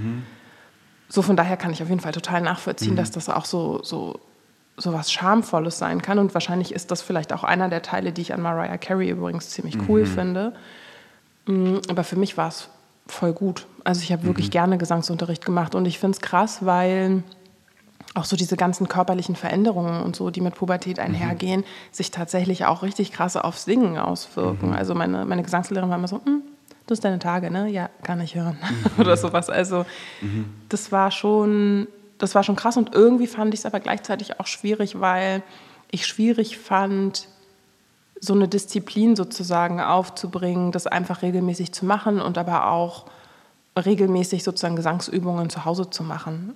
So von daher kann ich auf jeden Fall total nachvollziehen, dass das auch so was Schamvolles sein kann. Und wahrscheinlich ist das vielleicht auch einer der Teile, die ich an Mariah Carey übrigens ziemlich cool finde. Aber für mich war es voll gut. Also ich habe wirklich gerne Gesangsunterricht gemacht. Und ich finde es krass, weil auch so diese ganzen körperlichen Veränderungen und so, die mit Pubertät einhergehen, sich tatsächlich auch richtig krass aufs Singen auswirken. Also meine Gesangslehrerin war immer so, das ist deine Tage, ne? Ja, kann ich hören. Oder sowas. Also das war schon krass und irgendwie fand ich es aber gleichzeitig auch schwierig, weil ich schwierig fand, so eine Disziplin sozusagen aufzubringen, das einfach regelmäßig zu machen und aber auch regelmäßig sozusagen Gesangsübungen zu Hause zu machen.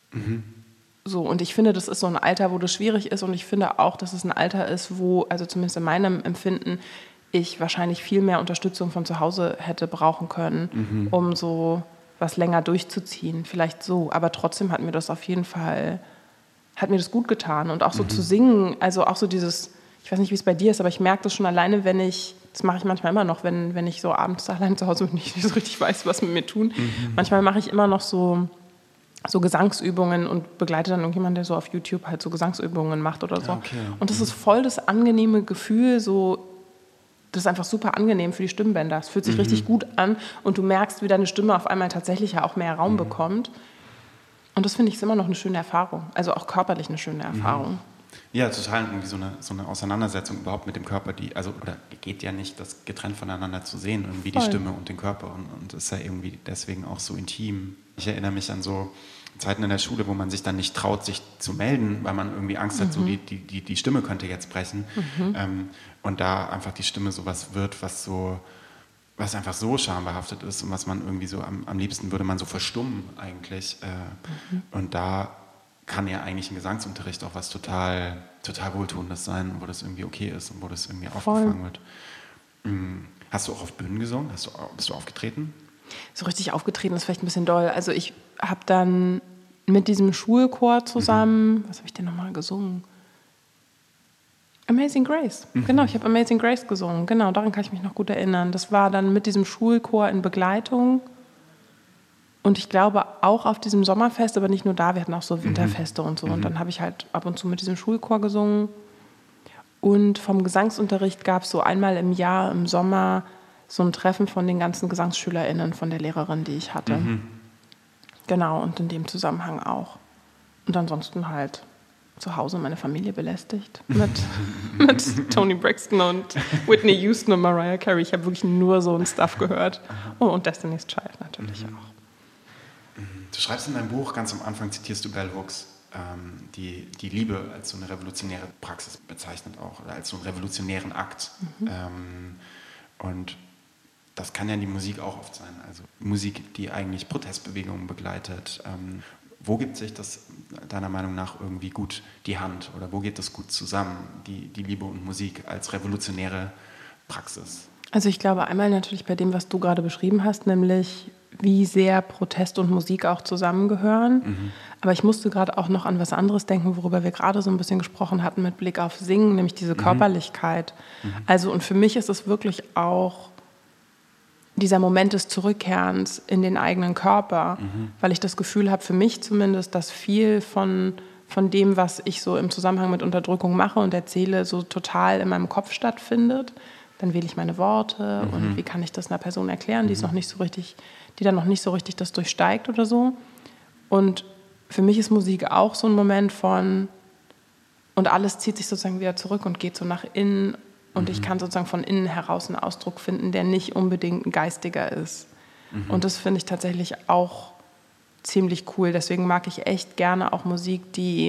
So, und ich finde, das ist so ein Alter, wo das schwierig ist und ich finde auch, dass es ein Alter ist, wo, also zumindest in meinem Empfinden, ich wahrscheinlich viel mehr Unterstützung von zu Hause hätte brauchen können, um so was länger durchzuziehen. Vielleicht so, aber trotzdem hat mir das auf jeden Fall, hat mir das gut getan. Und auch so zu singen, also auch so dieses, ich weiß nicht, wie es bei dir ist, aber ich merke das schon alleine, das mache ich manchmal immer noch, wenn ich so abends allein zu Hause bin und nicht so richtig weiß, was mit mir tun. Manchmal mache ich immer noch so Gesangsübungen und begleite dann irgendjemanden, der so auf YouTube halt so Gesangsübungen macht oder so. Okay. Und das ist voll das angenehme Gefühl, so, das ist einfach super angenehm für die Stimmbänder. Es fühlt sich richtig gut an und du merkst, wie deine Stimme auf einmal tatsächlich ja auch mehr Raum bekommt. Und das finde ich ist immer noch eine schöne Erfahrung, also auch körperlich eine schöne Erfahrung. Ja, total irgendwie so eine Auseinandersetzung überhaupt mit dem Körper, oder geht ja nicht, das getrennt voneinander zu sehen, irgendwie die Stimme und den Körper und ist ja irgendwie deswegen auch so intim. Ich erinnere mich an so Zeiten in der Schule, wo man sich dann nicht traut, sich zu melden, weil man irgendwie Angst hat, so die Stimme könnte jetzt brechen. Und da einfach die Stimme sowas wird, was einfach so schambehaftet ist und was man irgendwie so am liebsten würde man so verstummen eigentlich. Und da kann ja eigentlich ein Gesangsunterricht auch was total, total Wohltuendes sein, wo das irgendwie okay ist und wo das irgendwie aufgefangen wird. Hast du auch auf Bühnen gesungen? Bist du aufgetreten? So richtig aufgetreten ist vielleicht ein bisschen doll. Also ich habe dann mit diesem Schulchor zusammen, was habe ich denn nochmal gesungen? Amazing Grace. Genau, ich habe Amazing Grace gesungen. Genau, daran kann ich mich noch gut erinnern. Das war dann mit diesem Schulchor in Begleitung. Und ich glaube auch auf diesem Sommerfest, aber nicht nur da, wir hatten auch so Winterfeste und so. Und dann habe ich halt ab und zu mit diesem Schulchor gesungen. Und vom Gesangsunterricht gab es so einmal im Jahr, im Sommer, so ein Treffen von den ganzen GesangsschülerInnen von der Lehrerin, die ich hatte. Genau, und in dem Zusammenhang auch. Und ansonsten halt zu Hause meine Familie belästigt mit Toni Braxton und Whitney Houston und Mariah Carey. Ich habe wirklich nur so ein Stuff gehört. Oh, und Destiny's Child natürlich auch. Du schreibst in deinem Buch, ganz am Anfang zitierst du Bell Hooks, die Liebe als so eine revolutionäre Praxis bezeichnet auch, oder als so einen revolutionären Akt. Und das kann ja die Musik auch oft sein. Also Musik, die eigentlich Protestbewegungen begleitet. Wo gibt sich das deiner Meinung nach irgendwie gut die Hand? Oder wo geht das gut zusammen, die Liebe und Musik als revolutionäre Praxis? Also ich glaube einmal natürlich bei dem, was du gerade beschrieben hast, nämlich wie sehr Protest und Musik auch zusammengehören. Aber ich musste gerade auch noch an was anderes denken, worüber wir gerade so ein bisschen gesprochen hatten mit Blick auf Singen, nämlich diese Körperlichkeit. Also und für mich ist es wirklich auch dieser Moment des Zurückkehrens in den eigenen Körper, weil ich das Gefühl habe, für mich zumindest, dass viel von dem, was ich so im Zusammenhang mit Unterdrückung mache und erzähle, so total in meinem Kopf stattfindet. Dann wähle ich meine Worte und wie kann ich das einer Person erklären, die dann noch nicht so richtig das durchsteigt oder so. Und für mich ist Musik auch so ein Moment von, und alles zieht sich sozusagen wieder zurück und geht so nach innen. Und ich kann sozusagen von innen heraus einen Ausdruck finden, der nicht unbedingt ein geistiger ist. Und das finde ich tatsächlich auch ziemlich cool. Deswegen mag ich echt gerne auch Musik,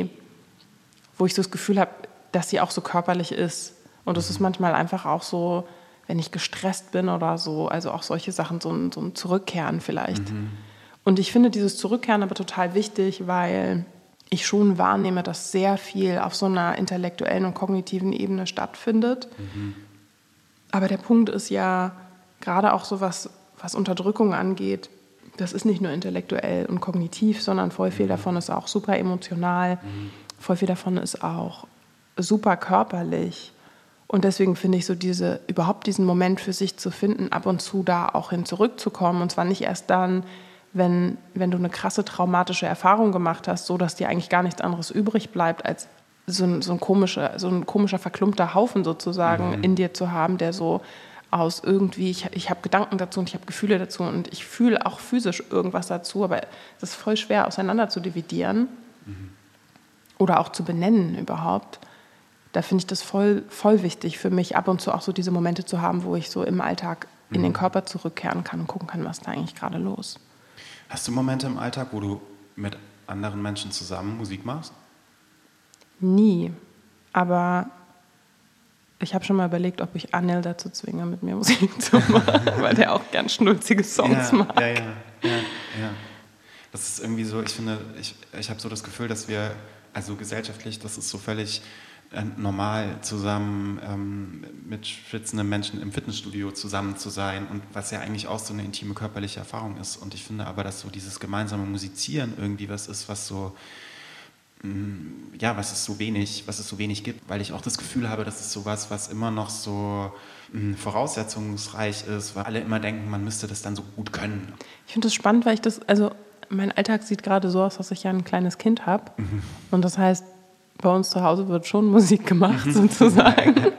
wo ich so das Gefühl habe, dass sie auch so körperlich ist. Und das ist manchmal einfach auch so, wenn ich gestresst bin oder so, also auch solche Sachen, so ein Zurückkehren vielleicht. Und ich finde dieses Zurückkehren aber total wichtig, weil ich schon wahrnehme, dass sehr viel auf so einer intellektuellen und kognitiven Ebene stattfindet. Aber der Punkt ist ja, gerade auch so was Unterdrückung angeht, das ist nicht nur intellektuell und kognitiv, sondern voll viel davon ist auch super emotional, voll viel davon ist auch super körperlich. Und deswegen finde ich so überhaupt diesen Moment für sich zu finden, ab und zu da auch hin zurückzukommen. Und zwar nicht erst dann, wenn du eine krasse traumatische Erfahrung gemacht hast, so dass dir eigentlich gar nichts anderes übrig bleibt, als so ein komischer, verklumpter Haufen sozusagen in dir zu haben, der so aus irgendwie, ich habe Gedanken dazu und ich habe Gefühle dazu und ich fühle auch physisch irgendwas dazu, aber es ist voll schwer auseinander zu dividieren oder auch zu benennen überhaupt. Da finde ich das voll wichtig für mich, ab und zu auch so diese Momente zu haben, wo ich so im Alltag in den Körper zurückkehren kann und gucken kann, was da eigentlich gerade los. Hast du Momente im Alltag, wo du mit anderen Menschen zusammen Musik machst? Nie, aber ich habe schon mal überlegt, ob ich Anil dazu zwinge, mit mir Musik zu machen, weil der auch gern schnulzige Songs mag. Ja. Das ist irgendwie so, ich finde, ich habe so das Gefühl, dass wir, also gesellschaftlich, das ist so völlig normal, zusammen mit schwitzenden Menschen im Fitnessstudio zusammen zu sein und was ja eigentlich auch so eine intime körperliche Erfahrung ist. Und ich finde aber, dass so dieses gemeinsame Musizieren irgendwie was ist, was so, was es so wenig gibt, weil ich auch das Gefühl habe, dass es sowas, was immer noch so voraussetzungsreich ist, weil alle immer denken, man müsste das dann so gut können. Ich finde das spannend, weil mein Alltag sieht gerade so aus, dass ich ja ein kleines Kind habe. Und das heißt, bei uns zu Hause wird schon Musik gemacht, sozusagen.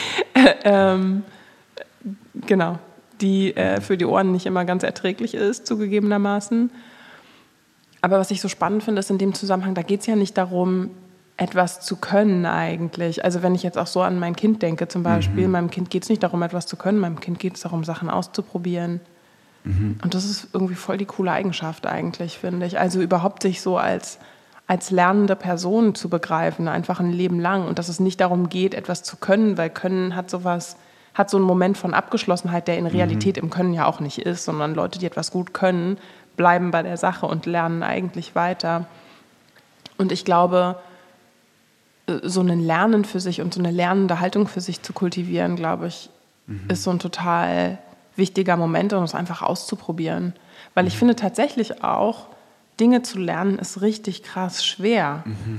Genau, die für die Ohren nicht immer ganz erträglich ist, zugegebenermaßen. Aber was ich so spannend finde, ist in dem Zusammenhang, da geht es ja nicht darum, etwas zu können eigentlich. Also wenn ich jetzt auch so an mein Kind denke zum Beispiel, meinem Kind geht es nicht darum, etwas zu können, meinem Kind geht es darum, Sachen auszuprobieren. Und das ist irgendwie voll die coole Eigenschaft eigentlich, finde ich. Also überhaupt sich so als lernende Person zu begreifen, einfach ein Leben lang. Und dass es nicht darum geht, etwas zu können, weil Können hat so einen Moment von Abgeschlossenheit, der in Realität im Können ja auch nicht ist, sondern Leute, die etwas gut können, bleiben bei der Sache und lernen eigentlich weiter. Und ich glaube, so ein Lernen für sich und so eine lernende Haltung für sich zu kultivieren, glaube ich, ist so ein total wichtiger Moment, um es einfach auszuprobieren. Weil ich finde tatsächlich auch, Dinge zu lernen ist richtig krass schwer.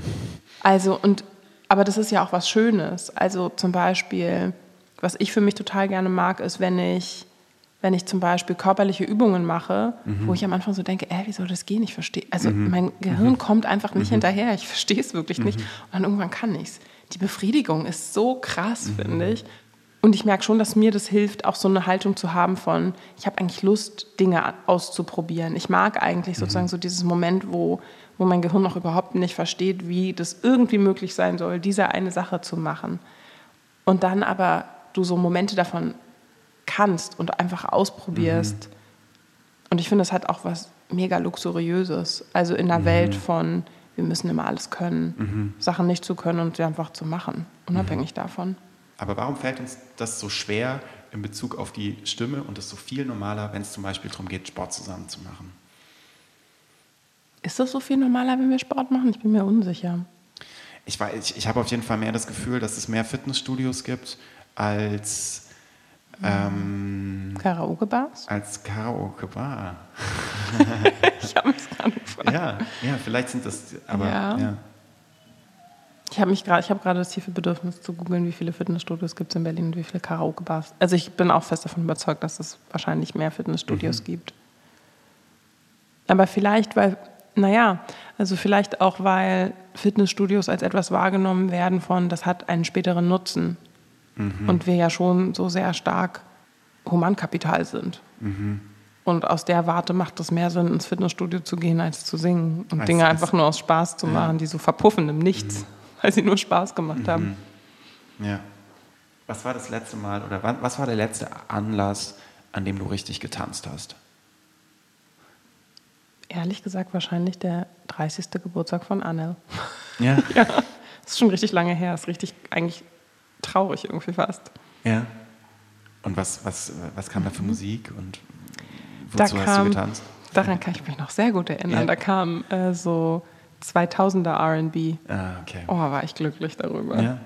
Aber das ist ja auch was Schönes. Also zum Beispiel, was ich für mich total gerne mag, ist, wenn ich zum Beispiel körperliche Übungen mache, wo ich am Anfang so denke, wie soll das gehen? Ich verstehe. Also mein Gehirn kommt einfach nicht hinterher. Ich verstehe es wirklich nicht. Und dann irgendwann kann ich es. Die Befriedigung ist so krass, finde ich. Und ich merke schon, dass mir das hilft, auch so eine Haltung zu haben von, ich habe eigentlich Lust, Dinge auszuprobieren. Ich mag eigentlich sozusagen so dieses Moment, wo mein Gehirn noch überhaupt nicht versteht, wie das irgendwie möglich sein soll, diese eine Sache zu machen. Und dann aber du so Momente davon kannst und einfach ausprobierst. Und ich finde, das hat auch was mega Luxuriöses. Also in der Welt von, wir müssen immer alles können, Sachen nicht zu können und sie einfach zu machen, unabhängig davon. Aber warum fällt uns das so schwer in Bezug auf die Stimme und es so viel normaler, wenn es zum Beispiel darum geht, Sport zusammen zu machen? Ist das so viel normaler, wenn wir Sport machen? Ich bin mir unsicher. Ich habe auf jeden Fall mehr das Gefühl, dass es mehr Fitnessstudios gibt als Karaoke-Bars? Als Karaoke-Bar. Ich habe mich gerade gefragt. Ja, vielleicht sind das, aber ja. Ich habe gerade das tiefe Bedürfnis zu googeln, wie viele Fitnessstudios gibt es in Berlin und wie viele Karaoke-Bars. Also ich bin auch fest davon überzeugt, dass es wahrscheinlich mehr Fitnessstudios gibt. Aber vielleicht, vielleicht auch, weil Fitnessstudios als etwas wahrgenommen werden von, das hat einen späteren Nutzen. Und wir ja schon so sehr stark Humankapital sind. Und aus der Warte macht es mehr Sinn, ins Fitnessstudio zu gehen, als zu singen. Und Dinge einfach nur aus Spaß zu machen, die so verpuffen im Nichts, weil sie nur Spaß gemacht haben. Ja. Was war das letzte Mal oder was war der letzte Anlass, an dem du richtig getanzt hast? Ehrlich gesagt wahrscheinlich der 30. Geburtstag von Annel. Ja? Ja, das ist schon richtig lange her. Das ist richtig eigentlich traurig irgendwie fast. Ja. Und was kam da für Musik und wozu hast du getanzt? Daran kann ich mich noch sehr gut erinnern. Ja. Da kam so 2000er R&B. Ah, okay. Oh, war ich glücklich darüber. Ja?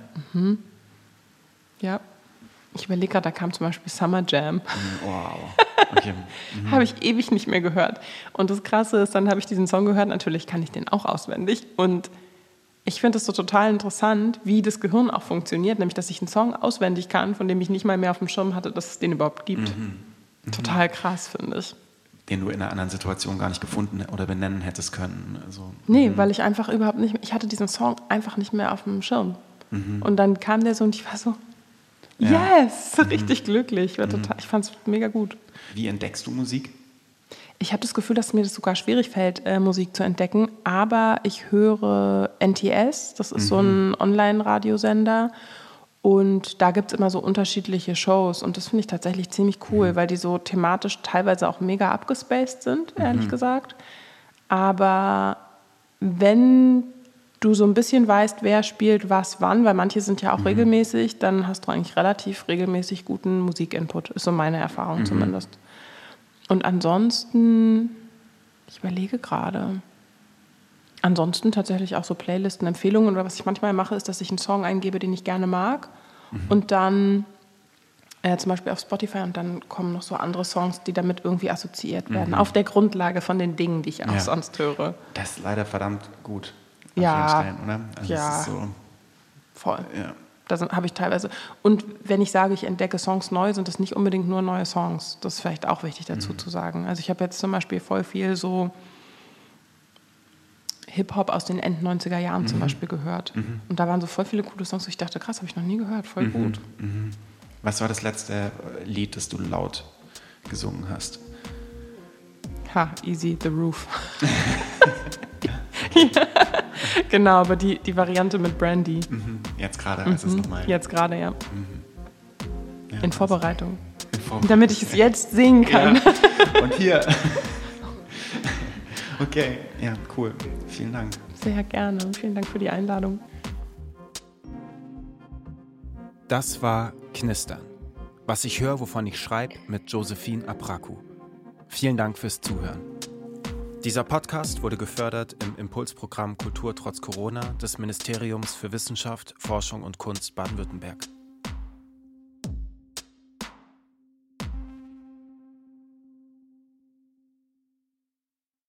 Ja. Ich überlege gerade, da kam zum Beispiel Summer Jam. Wow. Okay. Habe ich ewig nicht mehr gehört. Und das Krasse ist, dann habe ich diesen Song gehört, natürlich kann ich den auch auswendig. Und ich finde es so total interessant, wie das Gehirn auch funktioniert, nämlich, dass ich einen Song auswendig kann, von dem ich nicht mal mehr auf dem Schirm hatte, dass es den überhaupt gibt. Total krass, finde ich. Den du in einer anderen Situation gar nicht gefunden oder benennen hättest können. Also, nee, weil ich einfach überhaupt nicht, ich hatte diesen Song einfach nicht mehr auf dem Schirm. Und dann kam der so und ich war so, yes, richtig glücklich. Ich fand es mega gut. Wie entdeckst du Musik? Ich habe das Gefühl, dass mir das sogar schwierig fällt, Musik zu entdecken. Aber ich höre NTS, das ist so ein Online-Radiosender. Und da gibt es immer so unterschiedliche Shows. Und das finde ich tatsächlich ziemlich cool, weil die so thematisch teilweise auch mega abgespaced sind, ehrlich gesagt. Aber wenn du so ein bisschen weißt, wer spielt was wann, weil manche sind ja auch regelmäßig, dann hast du eigentlich relativ regelmäßig guten Musikinput. Ist so meine Erfahrung zumindest. Und ansonsten, ich überlege gerade, ansonsten tatsächlich auch so Playlisten, Empfehlungen. Oder was ich manchmal mache, ist, dass ich einen Song eingebe, den ich gerne mag. Und dann zum Beispiel auf Spotify und dann kommen noch so andere Songs, die damit irgendwie assoziiert werden. Auf der Grundlage von den Dingen, die ich auch sonst höre. Das ist leider verdammt gut. Ja, Stellen, oder? Also ja, das ist so, voll. Ja. Da habe ich teilweise. Und wenn ich sage, ich entdecke Songs neu, sind das nicht unbedingt nur neue Songs. Das ist vielleicht auch wichtig dazu zu sagen. Also ich habe jetzt zum Beispiel voll viel so Hip-Hop aus den End-90er Jahren zum Beispiel gehört. Und da waren so voll viele coole Songs, wo ich dachte, krass, habe ich noch nie gehört, voll gut. Was war das letzte Lied, das du laut gesungen hast? Easy, The Roof. Ja, genau, aber die Variante mit Brandy. Jetzt gerade, als es nochmal... Jetzt gerade, ja. In Vorbereitung. Damit ich es jetzt singen kann. Ja. Und hier. Okay, ja, cool. Vielen Dank. Sehr gerne und vielen Dank für die Einladung. Das war Knistern. Was ich höre, wovon ich schreibe, mit Josephine Apraku. Vielen Dank fürs Zuhören. Dieser Podcast wurde gefördert im Impulsprogramm Kultur trotz Corona des Ministeriums für Wissenschaft, Forschung und Kunst Baden-Württemberg.